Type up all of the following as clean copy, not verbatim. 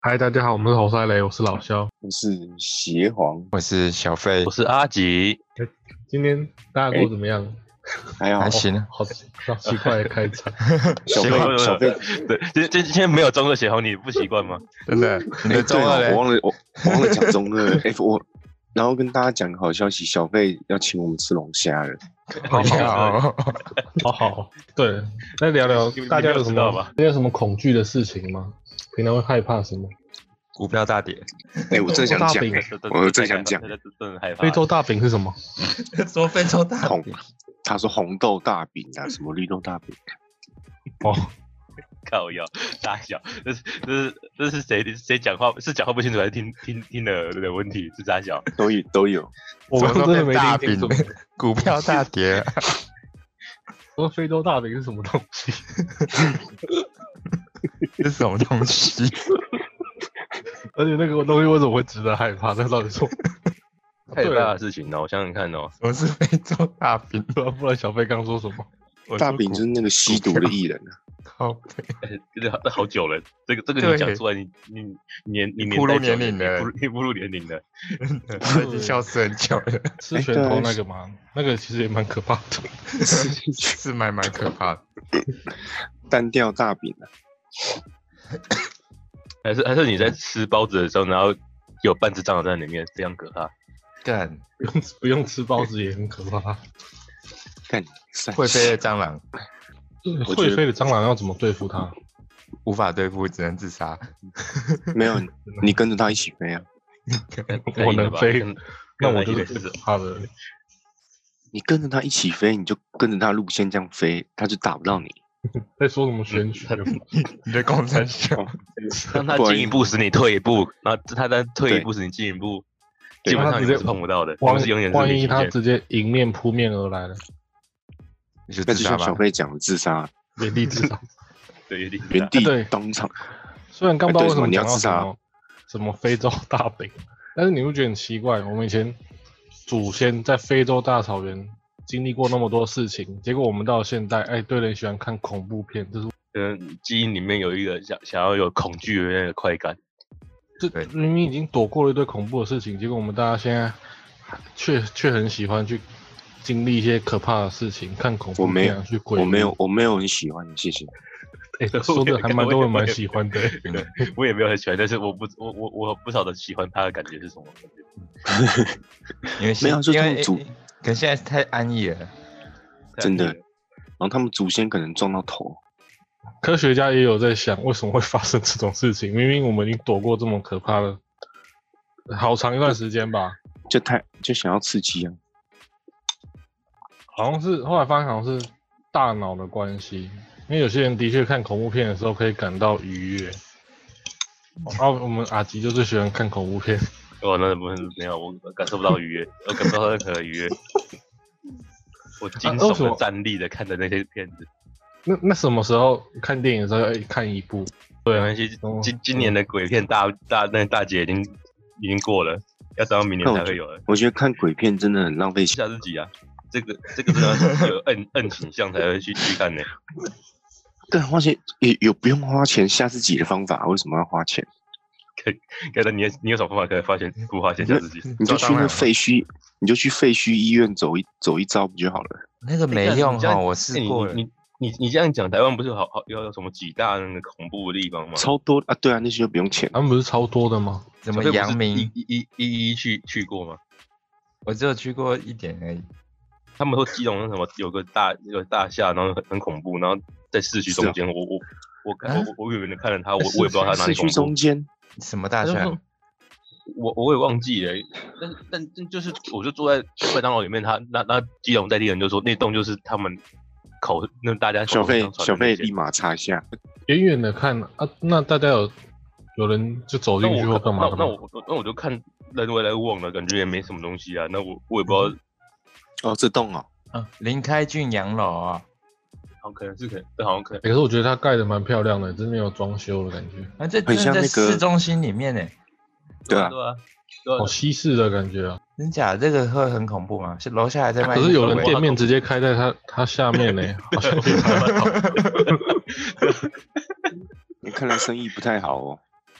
嗨，大家好，我们是猴赛雷，我是老肖。 我是邪皇， 我是小费我，是阿吉。 今天大家过得怎么样？ 还好还行啊。 好奇怪的开场。 小没有费小费， 对，今天没有中二血红，你不习惯吗？ 真的，你的中二嘞？ 我忘了讲中二。然后跟大家讲个好消息，小费要请我们吃龙虾了。 好，对，那聊聊大家有什么你知道吧？ 恐惧的事情吗？平常会害怕什么？ 股票大跌， 我正想讲，我正想讲， 真的害怕。 非洲大饼是什么？ 说非洲大饼， 他说红豆大饼啊，什么绿豆大饼。 哦， 靠腰大小，这是谁讲话？是讲话不清楚还是听的问题？是大小都有。 我们真的没大饼听清楚。， 股票大跌， 说非洲大饼是什么东西？ 这是什么东西？ 而且那个东西为什么会值得害怕？那到底是什么？ 太大的事情了，我想想看哦。 什么是非洲大饼？ 不然小飞刚说什么？ 大饼就是那个吸毒的艺人啊。 靠北， 这好久了，这个你讲出来，你暴露年龄了你暴露年龄了。 他已经消失很久了， 吃拳头那个吗？那个其实也蛮可怕的。 是蛮可怕的。 单调大饼啊， 还是你在吃包子的时候，然后有半只蟑螂在里面，非常可怕。 干， 不用吃包子也很可怕。 看会飞的蟑螂会飞的蟑螂要怎么对付它？ 无法对付，只能自杀。 没有，你跟着他一起飞啊。 我能飞，那我就就是怕的。 你跟着他一起飞，你就跟着他路线这样飞，他就打不到你。 在说什么玄学？ 你的共产小， 让他进一步使你退一步，然后他再退一步使你进一步，基本上你是碰不到的。我们是永远是万一零极限。 他直接迎面扑面而来了， 你就自杀吧那就像小。飞讲的自杀， 原地自杀。 对，原地原地对当场。 虽然刚不知道为什么你要讲到自杀什么非洲大饼，但是你会觉得很奇怪，我们以前祖先在非洲大草原经历过那么多事情，结果我们到现代，对人喜欢看恐怖片，这是基因里面有一个想要有恐惧的那个快感。 对明明已经躲过了一堆恐怖的事情，结果我们大家现在却很喜欢去经历一些可怕的事情，看恐怖片啊，去鬼屋。 我没有很喜欢，谢谢。 说的还蛮多人蛮喜欢的。 我也没有很喜欢，但是我不晓得喜欢他的感觉是什么。 因为没有就因为他们祖可能现在太安逸了。 真的。然后他们祖先可能撞到头。 科学家也有在想，为什么会发生这种事情？明明我们已经躲过这么可怕的好长一段时间吧， 就想要刺激啊。 好像是后来发现好像是大脑的关系，因为有些人的确看恐怖片的时候可以感到愉悦。我们阿吉就最喜欢看恐怖片。 那不是没有，我感受不到愉悦，我感受不到任何愉悦。我惊悚的站立的看的那些片子。 那什么时候看电影的时候要看一部？对啊， 没关系，今年的鬼片大节已经过了，要等到明年才会有了。 我觉得看鬼片真的很浪费钱。 吓自己啊！这个真的是有摁倾向才会去看呢。 对，花钱也有不用花钱吓自己的方法，为什么要花钱？ 你有什么方法可以不花钱吓自己？ 你就去那废墟，你就去废墟医院走一遭不就好了？ 那个没用哈，我试过了。 你这样讲，台湾不是有什么几大那个恐怖的地方吗？ 超多啊！对啊，那些就不用钱。 他们不是超多的吗？ 怎么阳明一去过吗？ 我只有去过一点而已。 他们说基隆那什么有个大厦，然后很恐怖，然后在市区中间，我以为能看着他，我也不知道他哪里恐怖。 市区中间什么大厦？ 我也忘记了，但就是我就坐在麦当劳里面，那基隆在地人就说那栋就是他们那大家小费立马查一下。 远远的看啊，那大家有人就走进去或干嘛？ 那我就看人来往的感觉也没什么东西啊，那我也不知道。 哦，这栋哦， 林开俊洋楼啊， 好可能，这好像可能。 可是我觉得它盖的蛮漂亮的，真没有装修的感觉。 这很像那个市中心里面呢。 对啊， 好西式的感觉啊！ 真假？这个会很恐怖吗？是楼下还在卖？ 可是有人店面直接开在它下面呢，好像会拍到。 你看来生意不太好哦。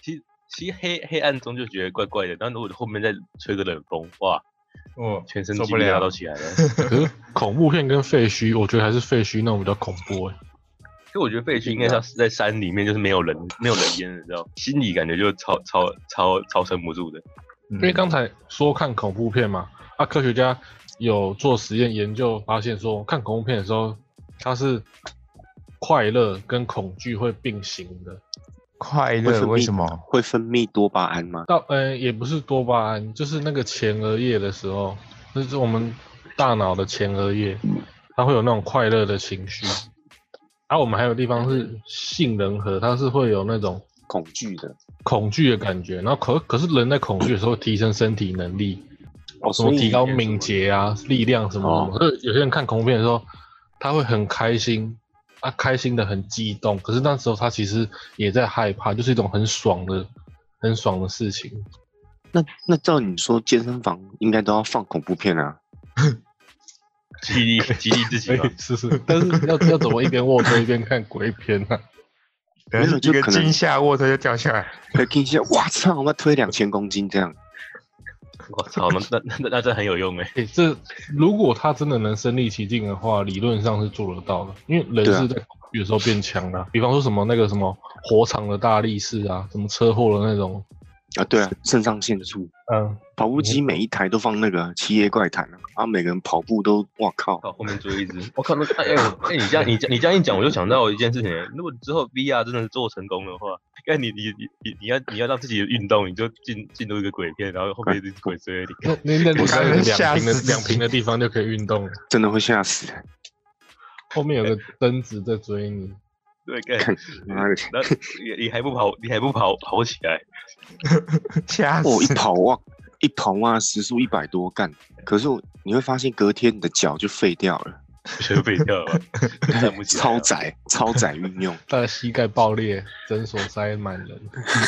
其实黑暗中就觉得怪怪的，但如果后面再吹个冷风，哇，全身鸡皮疙瘩都起来了。 可是恐怖片跟废墟，我觉得还是废墟那种比较恐怖哎。 所以我觉得废墟应该是在山里面，就是没有人烟的，知道？心里感觉就超撑不住的。 因为刚才说看恐怖片嘛，科学家有做实验研究发现说，看恐怖片的时候，它是快乐跟恐惧会并行的。 快乐为什么会分泌多巴胺吗？ 也不是多巴胺，就是那个前额叶的时候，就是我们大脑的前额叶，它会有那种快乐的情绪。我们还有地方是杏仁核，它是会有那种恐惧的感觉。然后可是人在恐惧的时候提升身体能力，什么提高敏捷啊、力量什么什么。所以有些人看恐怖片的时候，他会很开心。开心的很激动，可是那时候他其实也在害怕，就是一种很爽的事情。 那照你说，健身房应该都要放恐怖片啊？ 激励自己嘛。 是，但是要怎么一边卧推一边看鬼片啊？ 没有，这个惊吓卧推就掉下来， 惊吓，哇操，我要推2000公斤这样。 我操，那真很有用哎！ 这如果他真的能身临其境的话，理论上是做得到的，因为人是在恐惧的时候变强的。比方说什么那个什么火场的大力士啊，什么车祸的那种对啊，肾上腺素。跑步机每一台都放那个《七夜怪谈》每个人跑步都，哇靠！ 后面追一只，我靠，你这样一讲，我就想到一件事情，如果之后 VR 真的做成功的话，你要让自己的运动，你就进入一个鬼片，然后后面一只鬼追你， 那两平的地方就可以运动了， 真的会吓死。 后面有个灯子在追你。 对，干，你还不跑起来， 吓死！ 一跑时速100多干，可是你会发现隔天你的脚就废掉了， 全废掉了，站不起来了， 超载运用， 他的膝盖爆裂，诊所塞满人。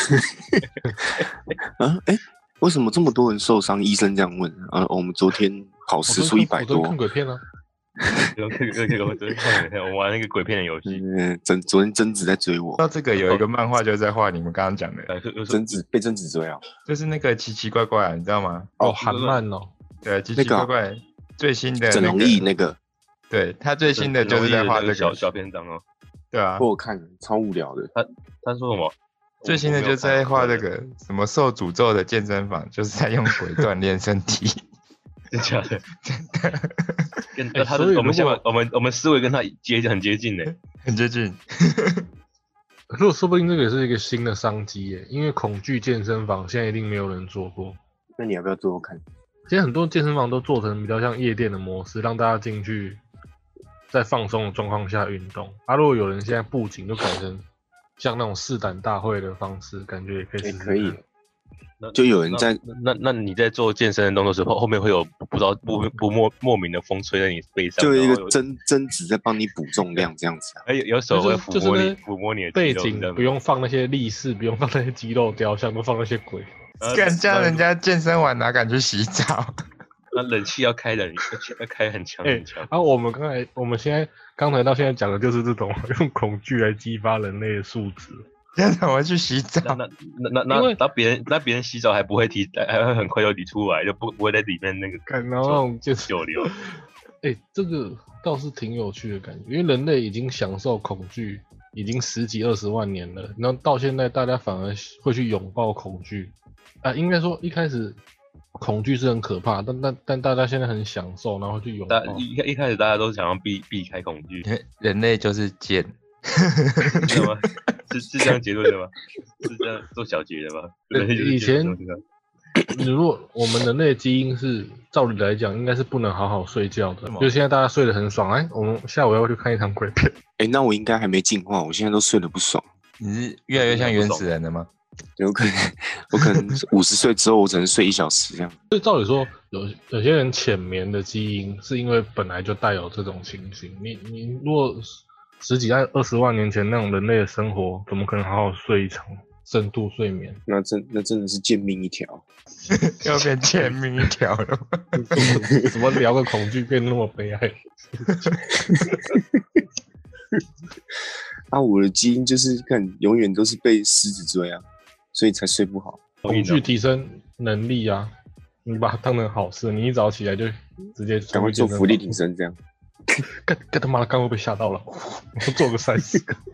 为什么这么多人受伤？医生这样问我们昨天跑时速100多， 我看鬼片啊。 我昨天看鬼片，我玩那个鬼片的游戏。 昨天贞子在追我。 到这个有一个漫画就是在画你们刚刚讲的， 被贞子追啊， 就是那个奇奇怪怪，你知道吗？ 韩漫哦。 对，奇奇怪怪最新的整容艺那个。 对，他最新的就是在画这个小篇章哦。 对啊， 我看超无聊的。 他说什么？ 最新的就是在画这个什么受诅咒的健身房，就是在用鬼锻炼身体。 真假的？真的。我们思维跟他很接近的， 很接近。 如果说不定这个也是一个新的商机耶，因为恐惧健身房现在一定没有人做过。 那你要不要做做看？ 现在很多健身房都做成比较像夜店的模式，让大家进去在放松的状况下运动。如果有人现在布景就改成像那种试胆大会的方式，感觉也可以试试看。 可以。就有人在那你在做健身的动作时候，后面会有不知道莫名的风吹在你背上， 就一个针子在帮你补重量这样子。 有手会抚摸你的背景，不用放那些力士，不用放那些肌肉雕像，都放那些鬼。 敢叫人家健身完哪敢去洗澡？ 那冷气要开很强很强。 我们刚才到现在讲的就是这种用恐惧来激发人类的素质。 这样怎么去洗澡？ 那别人洗澡还会很快就理出来，就不会在里面那个然后久留。 这个倒是挺有趣的感觉，因为人类已经享受恐惧已经10几20万年了，然后到现在大家反而会去拥抱恐惧。应该说一开始恐惧是很可怕，但大家现在很享受，然后去拥抱。 一开始大家都想要避开恐惧， 人类就是贱。 知道吗？是这样结论的吗？是这样做小结的吗？ 以前如果我们人类的基因是照理来讲，应该是不能好好睡觉的。就现在大家睡得很爽，我们下午要去看一场鬼片。 那我应该还没进化，我现在都睡得不爽。 你是越来越像原始人了吗？ 有可能，我可能50岁之后，我只能睡1小时这样。 所以照理说，有些人浅眠的基因是因为本来就带有这种情形。你如果10几20万年前那种人类的生活，怎么可能好好睡一场深度睡眠？ 那真的是贱命一条， 要变贱命一条了。 怎么聊个恐惧变那么悲哀？ 我的基因就是永远都是被狮子追啊。 所以才睡不好。 恐惧提升能力啊，你把它当成好事，你一早起来就直接赶快做伏地挺身这样。 干他妈的，刚刚被吓到了，我做个30个。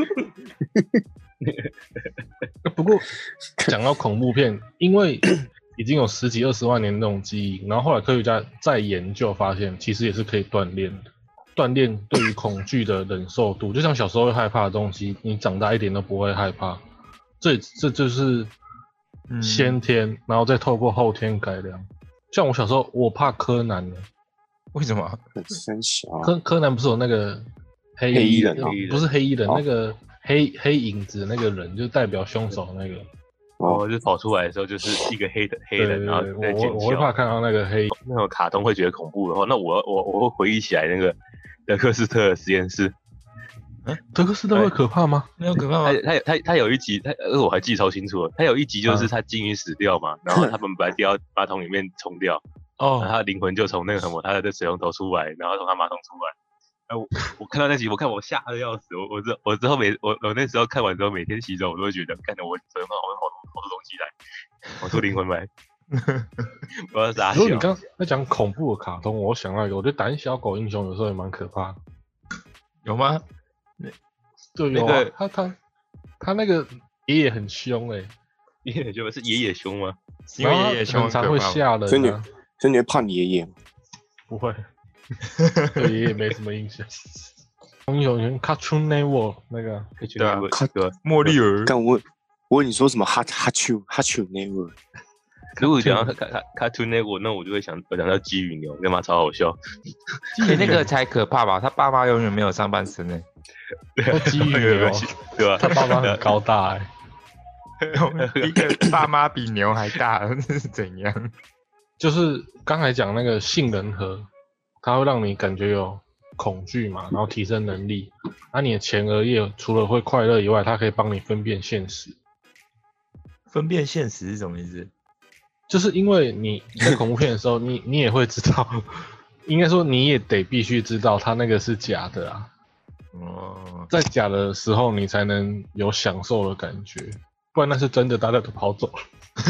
不过讲到恐怖片，因为已经有10几20万年那种记忆，然后后来科学家在研究发现，其实也是可以锻炼的。锻炼对于恐惧的忍受度，就像小时候会害怕的东西，你长大一点都不会害怕。这就是先天，然后再透过后天改良。像我小时候，我怕柯南的。 为什么？ 三小柯南不是有那个黑衣人不是黑衣人，那个黑影子那个人，就代表凶手那个。 就跑出来的时候就是一个黑人，然后在尖叫。 我会怕看到那个黑那种卡通会觉得恐怖的话，那我会回忆起来那个德克斯特的实验室。 德克斯特会可怕吗？ 没有可怕吗？ 他有一集，我还记超清楚了。他有一集就是他鲸鱼死掉嘛，然后他们把它掉到马桶里面冲掉，然后他的灵魂就从那个什么他的水龙头出来，然后从他马桶出来。我看到那集，我吓得要死。我之后我那时候看完之后，每天洗澡我都会觉得，看着我水龙头好多东西来，好多灵魂来。我要傻笑。 如果你刚在讲恐怖的卡通，我想到一个，我觉得胆小狗英雄有时候也蛮可怕的。 有吗？ 对，有啊，他那个爷爷很凶爷爷凶是爷爷凶吗？ 因为爷爷凶才会吓人。 所以你会怕你爷爷吗？ 不会，对爷爷没什么印象。英雄跟 Cartoon Network 那个， 对啊，莫莉尔。 但我问你说什么哈丘 Network？ 如果讲到Cartoon Network，那我就会想到鸡与牛，干嘛超好笑？ 那个才可怕吧？他爸妈永远没有上半身呢。 鸡与牛， 对吧？ 他爸妈很高大一个爸妈比牛还大，这是怎样？ 就是刚才讲那个杏仁核，它会让你感觉有恐惧嘛，然后提升能力。你的前额叶除了会快乐以外，它可以帮你分辨现实。 分辨现实是什么意思？ 就是因为你在恐怖片的时候，你也会知道，应该说你也得必须知道它那个是假的啊。在假的时候，你才能有享受的感觉，不然那是真的，大家都跑走了。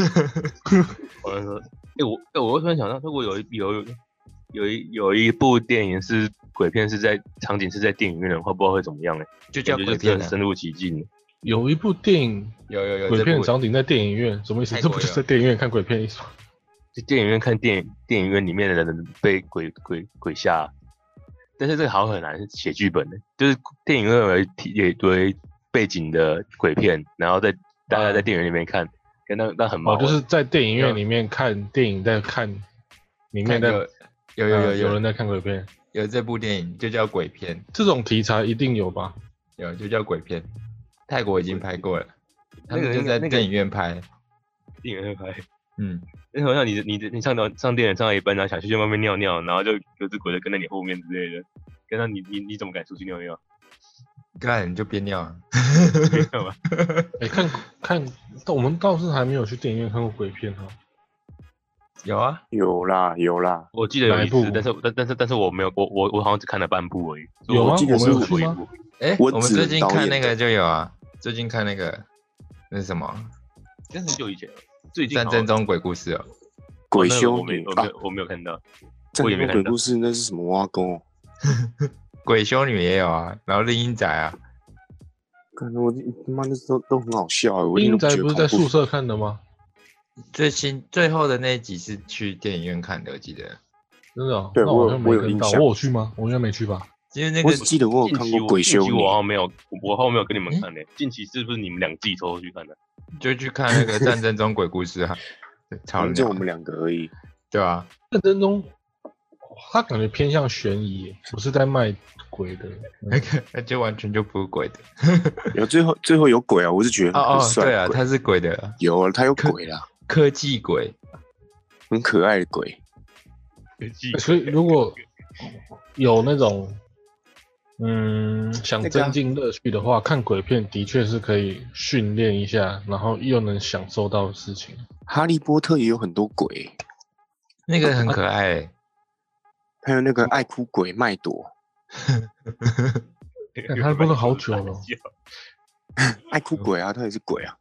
我突然想到，如果有一部电影是鬼片，场景是在电影院的话，不知道会怎么样就叫鬼片， 深入其境。 有一部电影有鬼片场景在电影院，什么意思？这不就是在电影院看鬼片意思吗？ 就电影院看电影院里面的人被鬼吓。但是这个好像很难写剧本的，就是电影院为背景的鬼片，然后大家在电影院里面看，那很毛。 就是在电影院里面看电影，在看里面的有人在看鬼片， 有这部电影就叫鬼片， 这种题材一定有吧？ 有就叫鬼片，泰国已经拍过了，他们就在电影院拍， 那好像你上电影上到一半，然后想去外面尿尿，然后就有只鬼就跟在你后面之类的，跟到你怎么敢出去尿尿？ 干你就边尿啊！ 干嘛？ 看，我们倒是还没有去电影院看过鬼片哈。 有啊， 有啦。 我记得有一次，但是我没有，我好像只看了半部而已。 有吗？ 我记得是我吗？ 我们最近看那个就有啊，最近看那个那是什么？ 但是就以前了。最近战争中鬼故事鬼修女我没有看到， 我也没看到。鬼故事那是什么挖沟？ 鬼修女也有啊，然后丽英仔啊， 看我他妈那时候都很好笑。 丽英仔不是在宿舍看的吗？ 最后的那一集是去电影院看的，我记得。 真的哦？ 对，我有印象。我有去吗？我应该没去吧？ 因为那个我只记得我有看过鬼修女。 我好像没有跟你们看的。近期是不是你们俩自己偷偷去看的？ 就去看那个战争中鬼故事啊， 就我们两个而已， 对啊。 战争中，他感觉偏向悬疑，不是在卖鬼的， 那就完全就不是鬼的。 有最后有鬼啊，我是觉得很帅。 对啊，他是鬼的， 有他有鬼啦， 科技鬼， 很可爱的鬼。 所以如果有那种想增进乐趣的话，看鬼片的确是可以训练一下，然后又能享受到的事情。 哈利波特也有很多鬼， 那个很可爱。 还有那个爱哭鬼麦朵， 他播了好久了。 爱哭鬼啊，他也是鬼啊。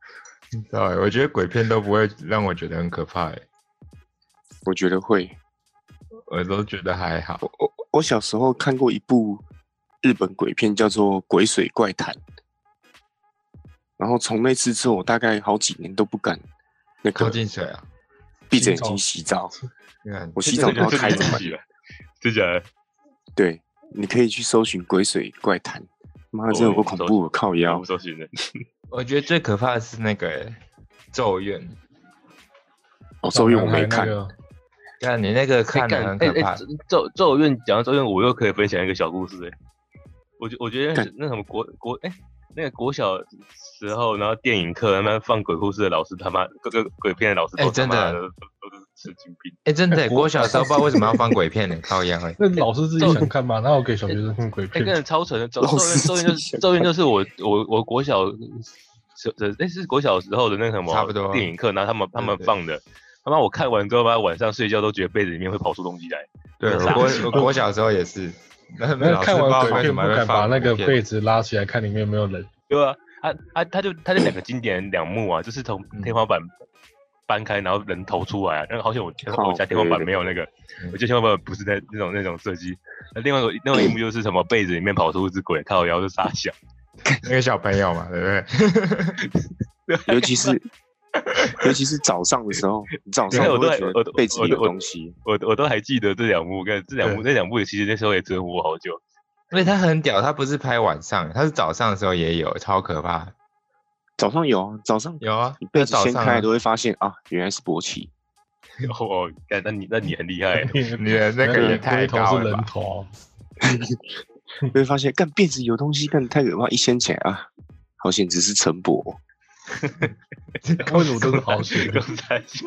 对，我觉得鬼片都不会让我觉得很可怕我觉得会， 我都觉得还好。 我小时候看过一部日本鬼片，叫做《鬼水怪谈》，然后从那次之后，我大概好几年都不敢靠近水啊， 闭着眼睛洗澡。我洗澡都要开着门。 真假的？ 对，你可以去搜寻《鬼水怪谈》，妈的，真有个恐怖的靠腰。 搜寻的。 我觉得最可怕的是那个咒怨。 咒怨我没看。 看你那个看得很可怕。 咒怨讲到咒怨，我又可以分享一个小故事我觉得那什么那个国小时候，然后电影课他妈放鬼故事的老师他妈各个鬼片的老师都他妈的都是神经病。 真的，国小时候不知道为什么要放鬼片呢？靠腰那老师自己想看嘛，哪有给小学生看鬼片？ 跟人超扯的。咒怨就是我国小是国小时候的那个什么差不多电影课，然后他们放的。他妈我看完之后，晚上睡觉都觉得被子里面会跑出东西来。 对，我国小时候也是。 那看完鬼片不敢把那个被子拉起来看里面有没有人。 对啊，他就两个经典两幕啊，就是从天花板搬开，然后人头出来啊。那个好像我家天花板没有那个，我家天花板不是在那种设计。另外一幕就是什么被子里面跑出一只鬼，靠腰就傻笑。 那个小朋友嘛，对不对？尤其是早上的时候，早上我都觉得被子里有东西。 我都还记得这两幕，这两幕其实那时候也折磨我好久。 因为他很屌，他不是拍晚上，他是早上的时候也有，超可怕。 早上有啊，早上有啊， 你被子掀开都会发现啊，原来是勃起。 哦，那你很厉害， 你的那个也太高了吧？ 人头， 你会发现干辫子有东西，干太可怕，一掀起来啊，好险只是陈勃。 为什么都是好险？ 都在笑。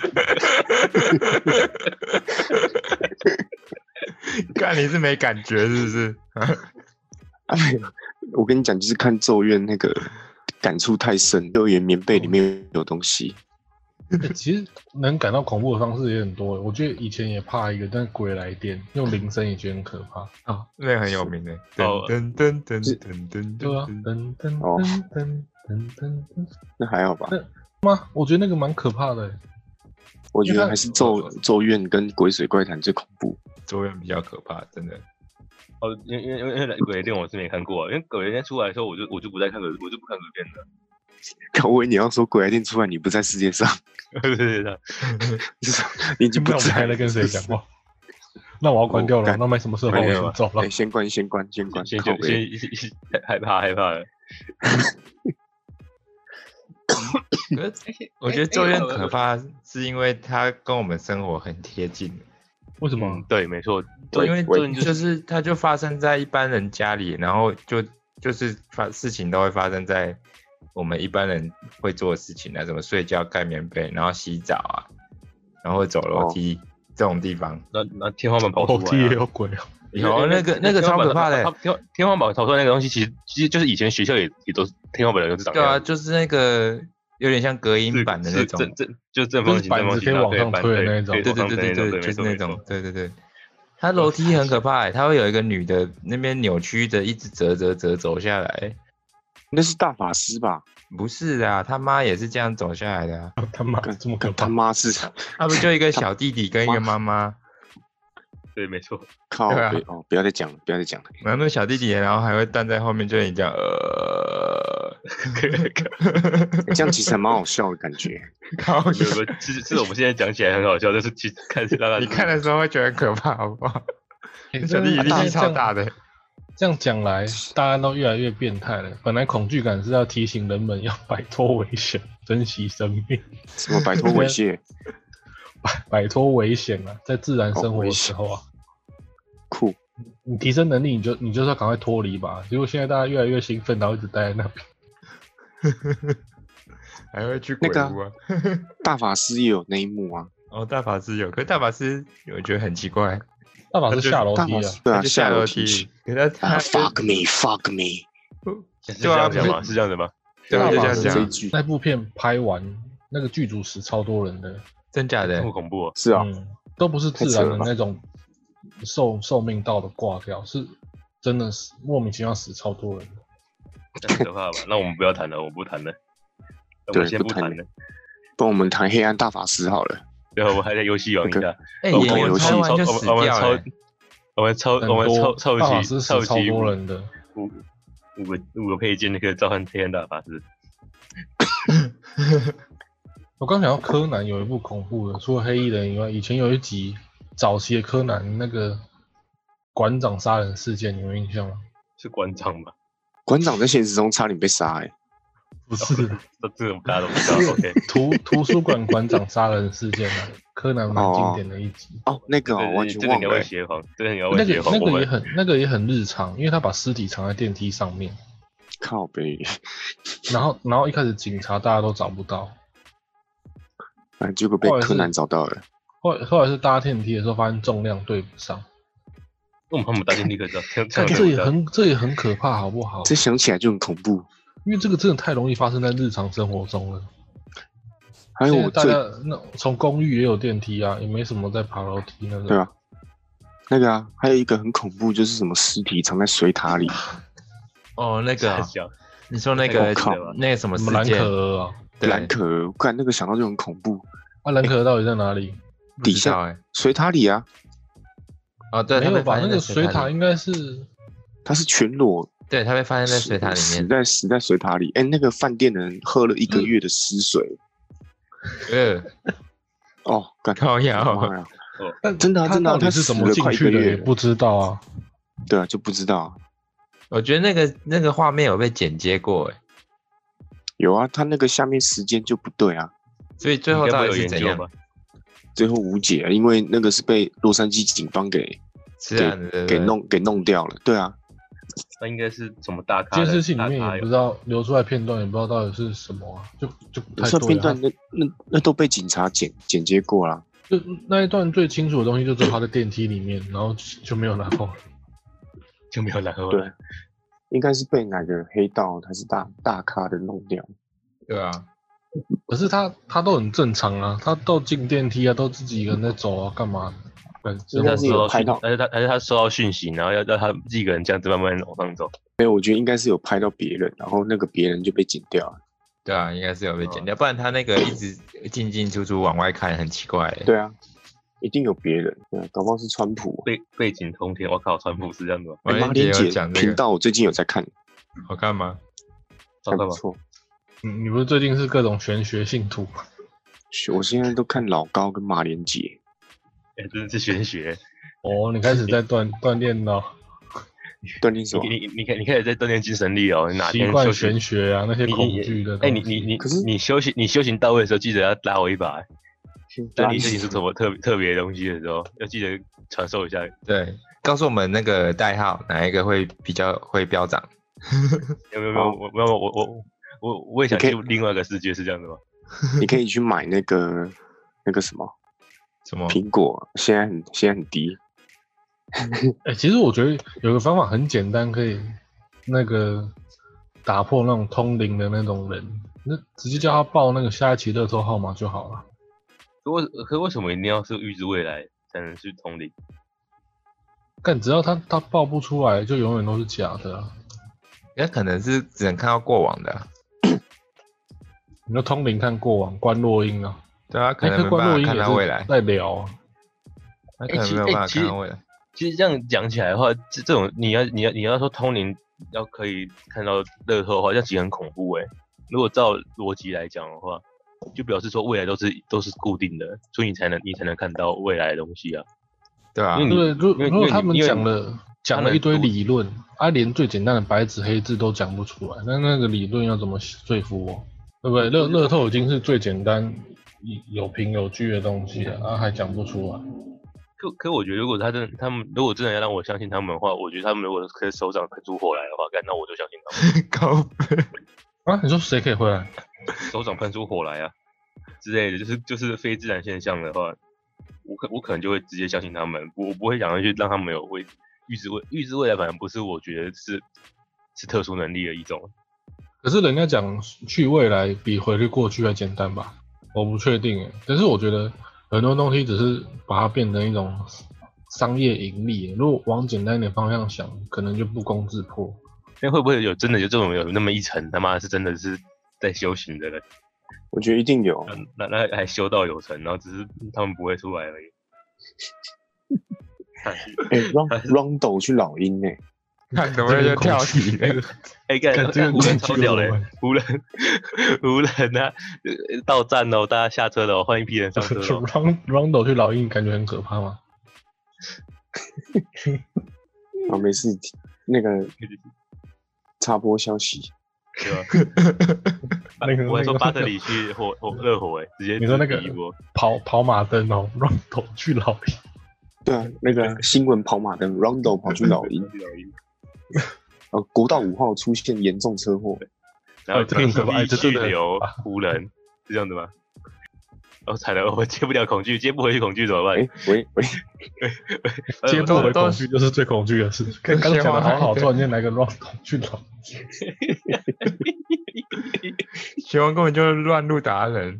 看你是没感觉是不是？ 我跟你讲，就是看咒怨那个感触太深，就连棉被里面有东西。 其实能感到恐怖的方式也很多。我觉得以前也怕一个，但是鬼来电用铃声也觉得很可怕啊，那个很有名的。噔噔噔噔噔噔， 对啊，噔噔噔噔噔， 那还好吧？ 吗？我觉得那个蛮可怕的。 我觉得还是咒怨跟鬼水怪谈最恐怖。 咒怨比较可怕，真的。 因为鬼电我是没看过，因为鬼电出来的时候，我就不再看鬼，我就不看鬼片了。 我以为你要说鬼来电出来，你不在世界上。 对， 你已经不在了，跟谁讲话？那我要关掉了，那没什么事，我先走了。 先关，先害怕了。 我觉得咒怨可怕，是因为它跟我们生活很贴近。 为什么？ 对，没错， 因为咒怨就是它就发生在一般人家里，然后就是事情都会发生在我们一般人会做的事情啊，什么睡觉、盖棉被，然后洗澡啊，然后走楼梯这种地方。 那天花板跑出来， 楼梯也有鬼啊！ 有那个超可怕的。 天花板跑出来那个东西，其实就是以前学校也都是天花板都是长这样。 对啊，就是那个有点像隔音板的那种， 就正方形， 板子可以往上推的那种。 对，就是那种，对。它楼梯很可怕，它会有一个女的那边扭曲的，一直折走下来。 那是大法师吧？ 不是啊，他妈也是这样走下来的啊。 他妈这么可怕？ 他妈是？ 他不就一个小弟弟跟一个妈妈？ 对，没错。 靠！不要再讲了。 然后那小弟弟，然后还会站在后面，就你这样这样其实还蛮好笑的感觉。 靠！ 其实我们现在讲起来很好笑，但是其实你看的时候会觉得很可怕，好不好？小弟弟力气超大的。 这样讲来，大家都越来越变态了。本来恐惧感是要提醒人们要摆脱危险，珍惜生命。 什么摆脱危险？ 摆脱危险啊，在自然生活的时候啊， 酷。 你提升能力，你就是要赶快脱离吧。结果现在大家越来越兴奋，然后一直待在那边， 还会去鬼屋啊。 大法师也有那一幕啊。 大法师有，可是大法师我觉得很奇怪。 大法师下楼梯啊， 对啊， 下楼梯。可是他 fuck me， 是这样讲吗？是这样的吗？ 对啊，就这样讲。 那部片拍完，那个剧组死超多人的， 真假的？ 这么恐怖？ 是啊， 都不是自然的那种寿命到的挂掉，是真的是莫名其妙死超多人的。 太可怕吧？那我们不要谈了，我不谈了。 我对们先不谈了。 不然我们谈黑暗大法师好了。 对，我们还在游戏王一下。 哎， 我演员们游戏拍完就死掉了。 我们很多凑大法师齐死超多人的。 五个配件，那个召唤黑暗大法师。 我刚想到柯南有一部恐怖的，除了黑衣人以外，以前有一集早期的柯南那个馆长杀人事件，你有印象吗？ 是馆长吧？ 馆长在现实中差点被杀不是， 这个大家都不知道。OK， 图书馆馆长杀人事件啊，柯南蛮经典的一集。 那个完全忘了。 这个你要问协皇，这个你要问协皇。 那个也很日常，因为他把尸体藏在电梯上面。 靠北。 然后一开始警察大家都找不到， 结果被柯南找到了。 后来是搭电梯的时候发现重量对不上。 为什么搭电梯可以知道？ 这也很可怕，好不好？ 这想起来就很恐怖。 因为这个真的太容易发生在日常生活中了。 还有大家从公寓也有电梯啊，也没什么在爬楼梯那种。 对啊，那个啊，还有一个很恐怖，就是什么尸体藏在水塔里。 哦，那个、啊，你说那个那个什么蓝可儿啊？ 蓝可儿，看那个想到就很恐怖。 蓝可儿到底在哪里？ 底下水塔里啊。 哦，对， 没有吧？那个水塔应该是， 他是全裸。 对，他被发现在水塔里面， 死在水塔里。那个饭店的人喝了1个月的尸水。 靠腰。 真的， 他是怎么进去的也不知道啊。 对啊，就不知道。 我觉得那个画面有被剪接过， 有啊，他那个下面时间就不对啊。 所以最后到底是怎样？ 最后无解，因为那个是被洛杉矶警方给弄掉了。对啊。 那应该是什么大咖？ 监视器里面也不知道流出来片段，也不知道到底是什么啊，就不太对。 片段那都被警察剪接过了。 就那一段最清楚的东西，就只有他在电梯里面，然后就没有然后了， 就没有然后了。 对，应该是被哪个黑道还是大咖的弄掉。 对啊， 可是他都很正常啊，他都进电梯啊，都自己一个人在走啊，干嘛？ 应该是有拍到， 而且他收到讯息，然后要他自己一个人这样子慢慢往上走。 没有，我觉得应该是有拍到别人，然后那个别人就被剪掉了。 对啊，应该是有被剪掉，不然他那个一直进出出往外看，很奇怪。 对啊，一定有别人，搞不好是川普。 背景通天，我靠，川普是这样的吗？ 马连姐频道我最近有在看， 好看吗？ 还不错。 你不是最近是各种玄学信徒吗？ 我现在都看老高跟马连姐。 真的是玄学哦！你开始在锻炼了， 锻炼什么？ 你开始在锻炼精神力哦。哪天习惯玄学啊，那些恐惧的。 可是你修行到位的时候，记得要拉我一把。当你修行出什么特别的东西的时候，要记得传授一下。 对，告诉我们那个代号哪一个会比较会飙涨？ 没有，我也想去另外一个世界，是这样的吗？ 你可以去买那个什么苹果，现在很低。 其实我觉得有个方法很简单，可以那个打破那种通灵的那种人，那直接叫他报那个下一期乐透号码就好了。 可为什么一定要是预知未来才能去通灵？ 但只要他报不出来，就永远都是假的啊。 也可能是只能看到过往的啊。 你说通灵看过往，观落阴啊？ 对啊，可能没办法看到未来。 在聊啊， 他可能没有办法看到未来。 其实这样讲起来的话，这种你要说通灵要可以看到乐透的话，这样其实很恐怖欸。如果照逻辑来讲的话，就表示说未来都是固定的，所以你才能看到未来的东西啊。 对啊， 如果他们讲了一堆理论，连最简单的白纸黑字都讲不出来，那个理论要怎么说服我？对不对？乐透已经是最简单、有凭有据的东西了，还讲不出来。 可我觉得，如果他们如果真的要让我相信他们的话，我觉得他们如果可以手掌喷出火来的话，那我就相信他们。 高飞啊？你说谁可以回来？ 手掌喷出火来啊之类的，就是非自然现象的话，我可能就会直接相信他们，我不会想要去让他们有预知未来，反正不是我觉得是特殊能力的一种。 可是人家讲去未来比回去过去还简单吧？我不确定耶，但是我觉得很多东西只是把它变成一种商业盈利。如果往简单一点方向想，可能就不攻自破。 那会不会真的有这种有那么一层他妈是真的是在修行的人？ 我觉得一定有。 那还修道有成，然后只是他们不会出来而已。 Rondo 去老鹰哎， 看怎么就跳起了。 干这个湖人超屌嘞！湖人啊，到站喽，大家下车喽，换一批人上车喽。 Rondo 去老鹰感觉很可怕吗？ 啊，没事，那个插播消息， 对吧？我还说巴特里去热火直接你说那个一波跑马灯哦，Rondo 去老鹰。 对啊，那个新闻跑马灯 ，Rondo 跑去老鹰。国道5号出现严重车祸， 然后这个可怕，这真的留湖人是这样子吗？惨了，我接不了恐惧，接不回去恐惧怎么办？ 喂， 接不回恐惧就是最恐惧的事。刚刚讲的好好，突然间来个 Rondo 去老鹰， 学王根本就是乱入达人。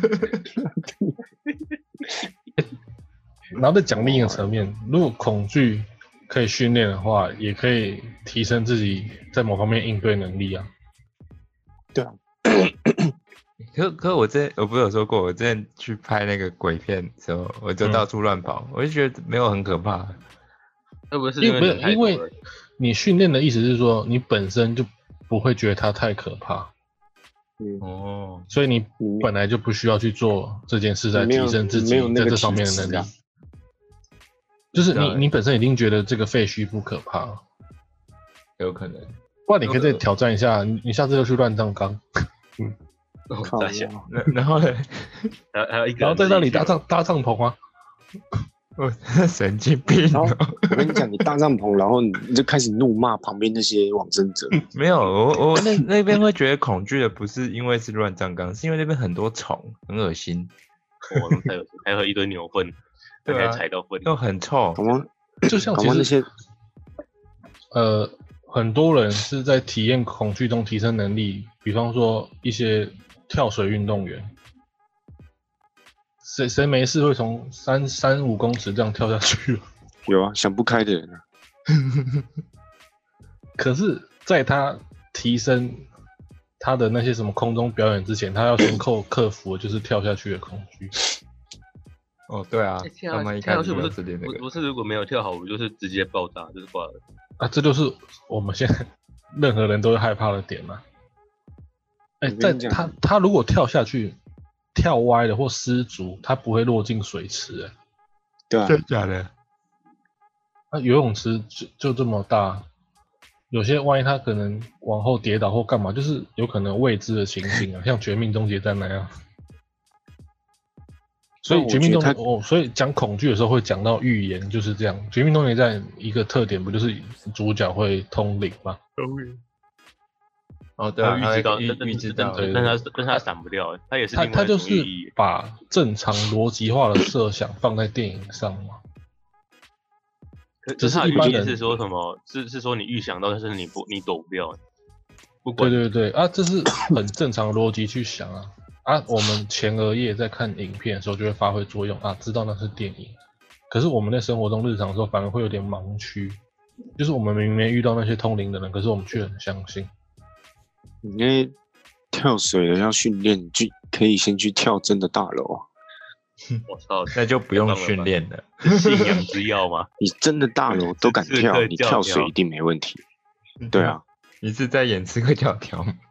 然后再讲另一个层面，如果恐惧可以训练的话，也可以提升自己在某方面应对能力啊。 对啊。 可我不是有说过，我之前去拍那个鬼片的时候，我就到处乱跑，我就觉得没有很可怕。 不是因为你训练的意思是说，你本身就不会觉得它太可怕。所以你本来就不需要去做这件事，来提升自己在这方面的能力。就是你本身已经觉得这个废墟不可怕了， 有可能。 不然你可以再挑战一下，你下次就去乱葬岗。 再想， 然后呢？ 还有一个， 然后在那里搭帐篷啊。 神经病！ 然后我跟你讲，你搭帐篷，然后你就开始怒骂旁边那些往生者。 没有，我那边会觉得恐惧的，不是因为是乱葬岗，是因为那边很多虫，很恶心。 太恶心，还有一堆牛粪，对啊，踩到粪， 又很臭。 就像其实那些很多人是在体验恐惧中提升能力，比方说一些跳水运动员。谁没事会从3-5公尺这样跳下去？ 有啊，想不开的人啊。 可是，在他提升他的那些什么空中表演之前，他要先克服就是跳下去的恐惧。 对啊，他们一开始不是如果没有跳好，我就是直接爆炸，就是挂了。 啊，这就是我们现在任何人都会害怕的点嘛。在他如果跳下去。跳歪了或失足，它不会落进水池。 对啊， 真的假的？ 那游泳池就这么大，有些万一他可能往后跌倒或干嘛，就是有可能未知的情形啊，像《绝命终结战》那样。所以《绝命终结》所以讲恐惧的时候会讲到预言，就是这样。《绝命终结战》一个特点不就是主角会通灵吗？ 对啊， 预知到，但他闪不掉，他也是他就是把正常逻辑化的设想放在电影上嘛。 只是一般人是说什么？是说你预想到，但是你躲不掉。不管对啊，这是很正常的逻辑去想啊。我们前额叶在看影片的时候就会发挥作用啊，知道那是电影。可是我们在生活中日常的时候反而会有点盲区，就是我们明明没遇到那些通灵的人，可是我们却很相信。 因为跳水的要训练，就可以先去跳真的大楼。 我操， 那就不用训练了， 信仰之药吗？ 你真的大楼都敢跳，你跳水一定没问题。对啊， 你是在演刺客教条吗？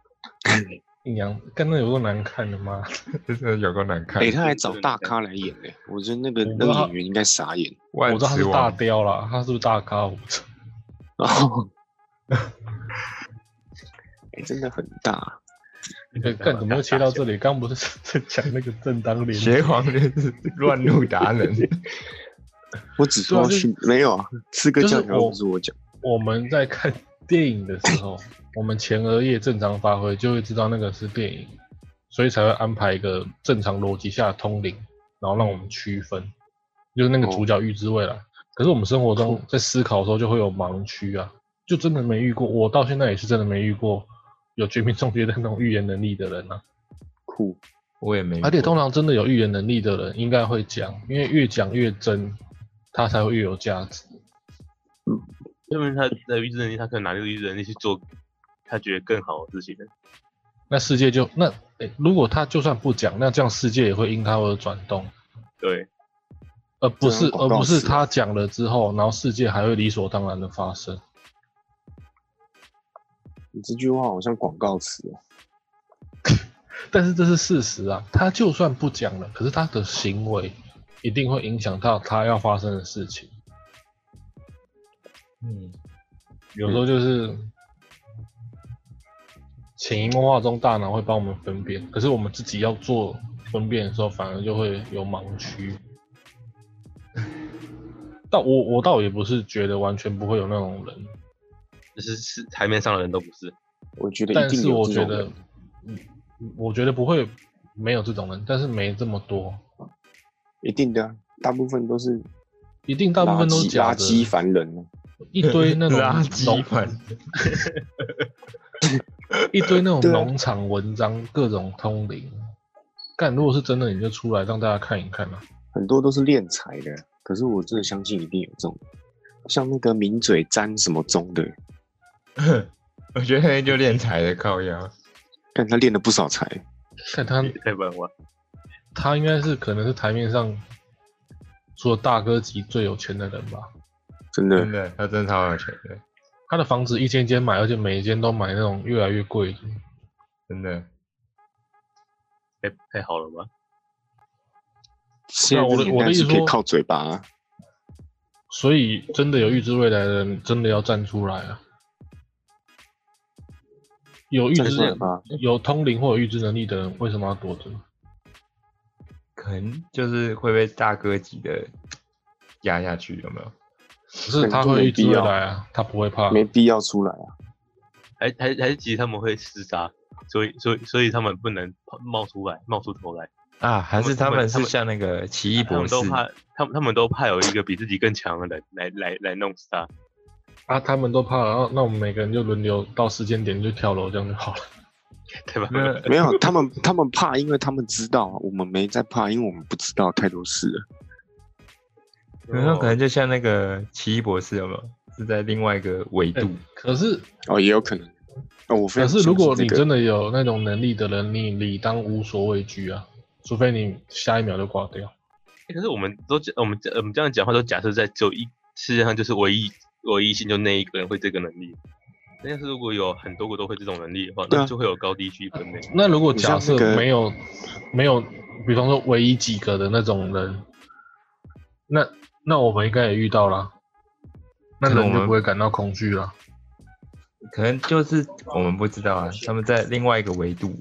干那有够难看的吗？ 真的有够难看。 他还找大咖来演呢，我觉得那个演员应该傻眼。 我知道他是大雕啦，他是不是大咖？我不知道。 真的很大。 干怎么会切到这里？刚不是在讲那个正当连邪皇就是乱入达人。 我只说没有啊，刺客教条不是我讲。 我们在看电影的时候，我们前额叶正常发挥，就会知道那个是电影，所以才会安排一个正常逻辑下的通灵，然后让我们区分，就是那个主角预知未来。可是我们生活中在思考的时候就会有盲区啊，就真的没遇过。我到现在也是真的没遇过。有绝命终结的那种预言能力的人啊， 酷， 我也没。 而且通常真的有预言能力的人，应该会讲，因为越讲越真，他才会越有价值。 因为他的预知能力，他可能拿这个预知能力去做他觉得更好的事情。 那世界就如果他就算不讲，那这样世界也会因他而转动， 对， 而不是这样广告词他讲了之后，然后世界还会理所当然的发生。 你这句话好像广告词哦。 但是这是事实啊，他就算不讲了，可是他的行为一定会影响到他要发生的事情。有时候就是潜移默化中，大脑会帮我们分辨，可是我们自己要做分辨的时候，反而就会有盲区。但我倒也不是觉得完全不会有那种人， 是台面上的人都不是。 我觉得一但是定有我觉得这种人， 我觉得不会没有这种人，但是没这么多， 一定的啊，大部分都是一定大部分都是假的， 垃圾凡人啊。 一堆那种垃圾粉， 一堆那种对啊农场文章，各种通灵。干，如果是真的，你就出来让大家看一看啊。 很多都是敛财的，可是我真的相信一定有这种，像那个名嘴沾什么宗的， 我觉得就练财的靠腰。 但他练了不少财。 看他， 太笨了。 他应该是可能是台面上除了大哥级最有钱的人吧。 真的真的，他真的超有钱的， 他的房子一间间买，而且每一间都买那种越来越贵的。 真的。 太好了吧？ 现在这个年代是可以靠嘴巴啊。 所以真的有预知未来的人，真的要站出来啊！有预知站出来吧有通灵或有预知能力的人，为什么要躲着？ 可能就是会被大哥级的压下去，有没有？ 可是他会预知未来啊，他不会怕。 没必要出来啊。 还是其实他们会厮杀，所以他们不能冒出头来啊，还是他们是像那个奇异博士， 他们都怕有一个比自己更强的人来弄死他。 啊，他们都怕，然后那我们每个人就轮流到时间点就跳楼，这样就好了， 对吧？ 没有，他们怕，因为他们知道，我们没在怕，因为我们不知道太多事了。 可能就像那个奇异博士，有没有？是在另外一个维度。 可是哦，也有可能。哦，我非常可是如果你相信这个真的有那种能力的人，你理当无所畏惧啊，除非你下一秒就挂掉。 可是我们这样讲话都假设在只有世界上就是唯一性就那一个人会这个能力。但是如果有很多个都会这种能力的话，那就会有高低区分的。 那如果假设你像那个没有，比方说唯一几个的那种人，那我们应该也遇到了，那人就不会感到恐惧了。 可能就是我们不知道啊，他们在另外一个维度。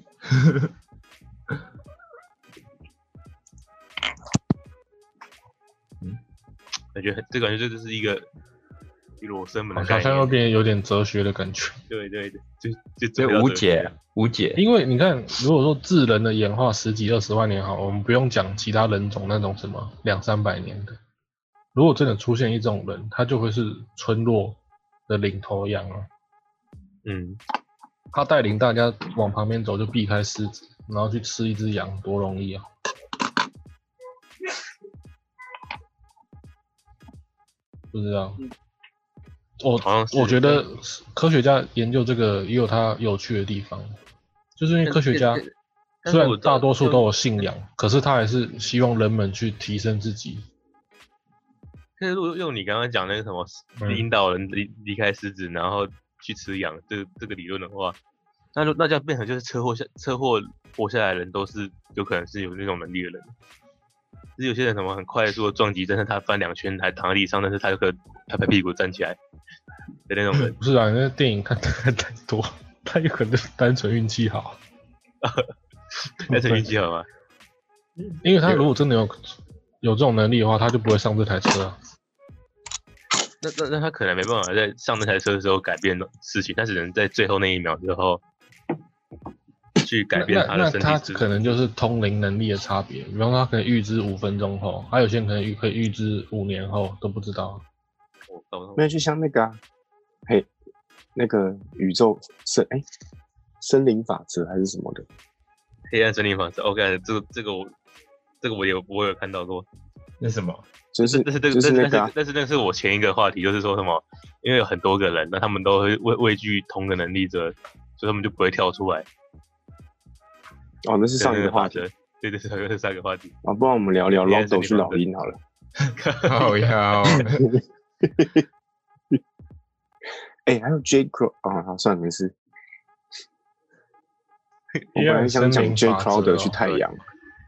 感觉这感觉就是一个罗生门的概念， 好像又变有点哲学的感觉。 对， 就无解。 因为你看，如果说智人的演化10几20万年好，我们不用讲其他人种那种什么200-300年的，如果真的出现一种人，他就会是村落的领头羊啊。他带领大家往旁边走，就避开狮子，然后去吃一只羊，多容易啊！不知道。我觉得科学家研究这个也有他有趣的地方，就是因为科学家虽然大多数都有信仰，可是他还是希望人们去提升自己。 可是如果用你刚刚讲那个什么引导人离开狮子，然后去吃羊这个理论的话，那这样变成就是车祸活下来的人都是有可能是有那种能力的人。就是有些人什么很快速的撞击，但是他翻2圈还躺在地上，但是他就可以拍屁股站起来的那种人。 不是啊，那电影看太多，他有可能就是单纯运气好。 单纯运气好吗？ 因为他如果真的有这种能力的话，他就不会上这台车啊。 那他可能没办法在上那台车的时候改变事情，他只能在最后那一秒之后去改变他的身体。 那他可能就是通灵能力的差别，比方说他可能预知5分钟后，还有些人可能可以预知5年后都不知道。 没有，就像那个啊，那个宇宙森林法则还是什么的， 黑暗森林法则。OK， 这个我有看到过。 那什么？ 就是那个啊， 但是那是我前一个话题，就是说什么，因为有很多个人，那他们都会畏惧同个能力者，所以他们就不会跳出来。 哦，那是上一个话题。 对，这是上一个话题。 啊，不然我们聊聊 Rondo 去老鹰好了。 好呀。 哎，还有 J Crow 啊，好，算了，没事。我本来想讲 J Crowder 去太阳。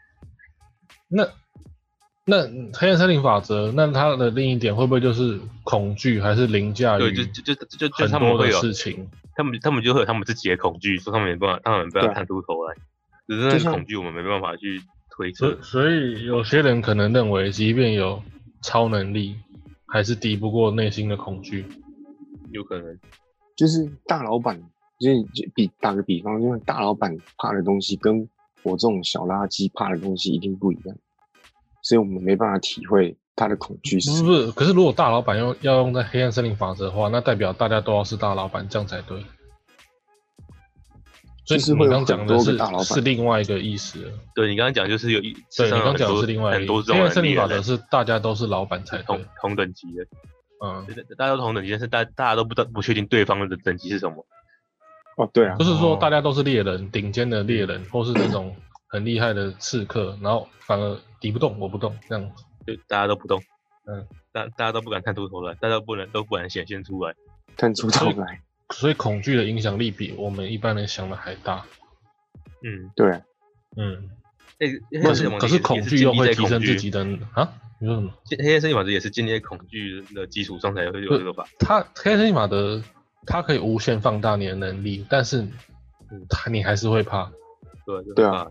那黑暗森林法则，那它的另一点会不会就是恐惧，还是凌驾于就很多的事情？ 他们就会有他们自己的恐惧，说他们没办法探出头来，只是那个恐惧我们没办法去推测。 所以有些人可能认为，即便有超能力，还是敌不过内心的恐惧。 有可能， 就是大老板，打个比方，因为大老板怕的东西跟我这种小垃圾怕的东西一定不一样，所以我们没办法体会他的恐惧是。 不是，可是如果大老板要用在黑暗森林法则的话，那代表大家都要是大老板，这样才对。所以你刚讲的是另外一个意思。 对，你刚刚讲就是有对，你刚讲的是另外一个意思。黑暗森林法则是大家都是老板才对， 同等级的。大家都同等级，但是大家都不确定对方的等级是什么。 哦，对啊， 就是说大家都是猎人，顶尖的猎人，或是那种很厉害的刺客，然后反而敌不动我不动这样子， 就大家都不动，大家都不敢探出头来，大家都不敢显现出来， 探出头来。 所以恐惧的影响力比我们一般人想的还大。 对， 可是恐惧又会提升自己的啊？你说什么？ 黑暗森林法则也是建立在恐惧的基础上才会有这个法。 黑暗森林法则，它可以无限放大你的能力，但是你还是会怕。 对啊，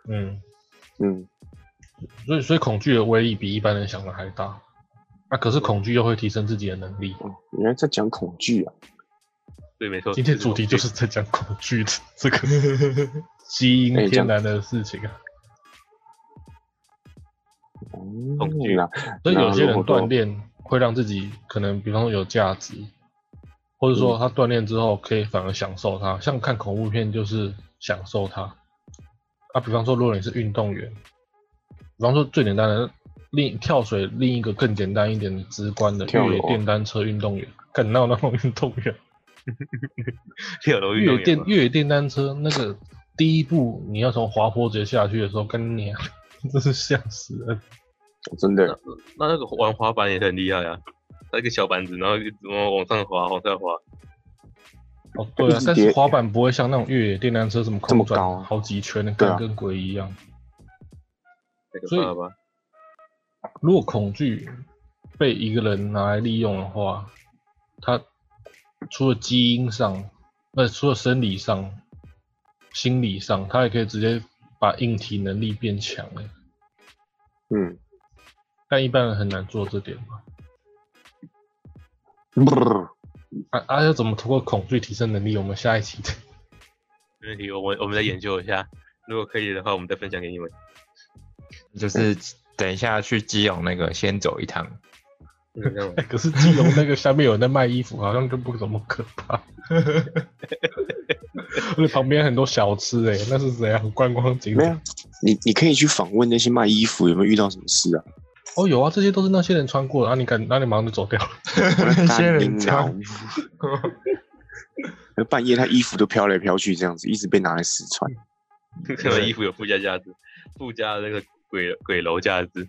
所以恐惧的威力比一般人想的还大。可是恐惧又会提升自己的能力。 原来在讲恐惧啊！ 对，没错。 今天主题就是在讲恐惧的这个基因天然的事情啊。 恐惧啊， 所以有些人锻炼会让自己可能，比方说有价值，或者说他锻炼之后可以反而享受它，像看恐怖片就是享受它。比方说如果你是运动员，比方说最简单的跳水，另一个更简单一点的直观的越野电单车运动员，哪有那种运动员？越野电单车那个第一步你要从滑坡直接下去的时候，跟你真是吓死人。 真的， 那个玩滑板也很厉害啊，那个小板子，然后往上滑，往下滑。 对啊，但是滑板不会像那种越野电单车什么空转好几圈的，跟鬼一样。所以，如果恐惧被一个人拿来利用的话，他除了基因上，除了生理上、心理上，他也可以直接把硬体能力变强。但一般人很难做这点嘛。要怎么通过恐惧提升能力？我们下一期的。 没问题，我们再研究一下，如果可以的话，我们再分享给你们。 就是等一下去基隆那个先走一趟。 可是基隆那个下面有人在卖衣服，好像就不怎么可怕。而且旁边很多小吃那是怎样观光景点？ 没有，你可以去访问那些卖衣服有没有遇到什么事啊？ 有啊，这些都是那些人穿过的，你马上就走掉了。 那些人穿， 半夜他衣服都飘来飘去，这样子一直被拿来试穿。 可能衣服有附加价值，附加那个鬼楼价值。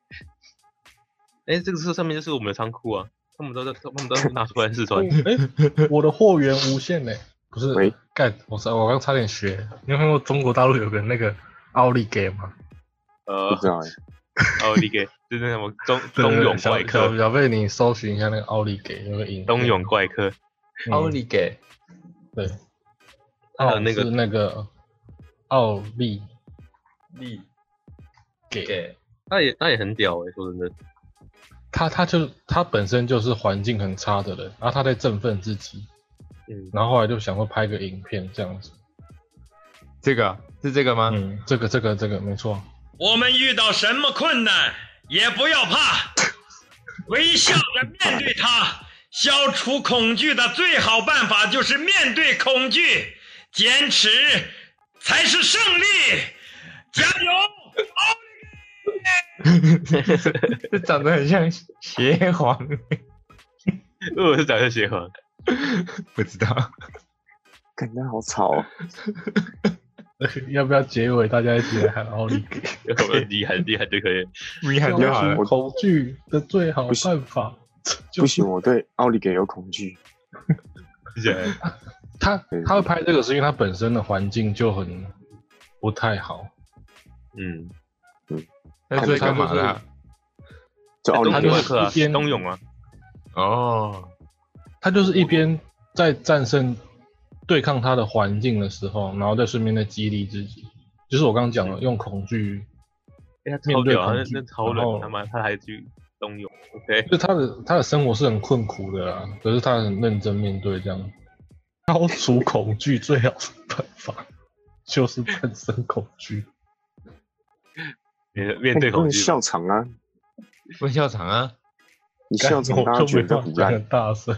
这个车上面就是我们的仓库啊，他们都拿出来试穿。 我的货源无限不是？我刚差点学。你有看过中国大陆有个那个奥利给吗？ 不知道奥利给就是什么东永怪客。 小贝，你搜寻一下那个奥利给那个影片。 东永怪客， 奥利给， 对， 还有那个奥利给，他也很屌说真的。 他本身就是环境很差的人，然后他在振奋自己，然后后来就想说拍个影片这样子。 这个是这个吗？ 这个没错。 我们遇到什么困难也不要怕，微笑着面对它。消除恐惧的最好办法就是面对恐惧，坚持才是胜利。加油！ 这长得很像邪皇。 我是长得邪皇， 不知道。 感觉好吵。 要不要结尾？大家一起来喊奥利给。 厉害就可以。 你喊就好了。 恐惧的最好办法。 不行，我对奥利给有恐惧。 他会拍这个是因为他本身的环境就很不太好。 那最干嘛啦？ 就奥利给一边冬泳啊。 哦， 他就是一边在战胜对抗他的环境的时候，然后再顺便再激励自己。就是我刚刚讲的，用恐惧面对恐惧， 那超冷，他还去冬泳。OK， 就他的生活是很困苦的啦，可是他很认真面对这样。消除恐惧最好的办法就是战胜恐惧。 面对恐惧， 笑场啊！ 不笑场啊！ 你笑场，大家觉得不很大声。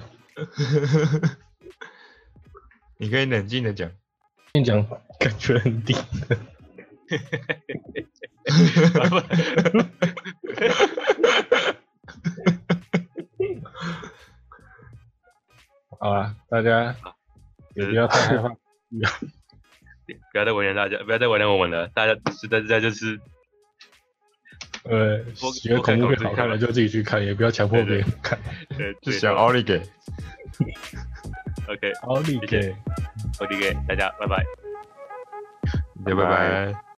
你可以冷静的讲， 你讲感觉很低。好啦，大家也不要太害怕， 不要再为难大家，不要再为难我们了。大家实在就是觉得恐怖片好看了就自己去看，也不要强迫别人看。 就想奥利给。 OK， 奥利给， 大家拜拜， 拜拜。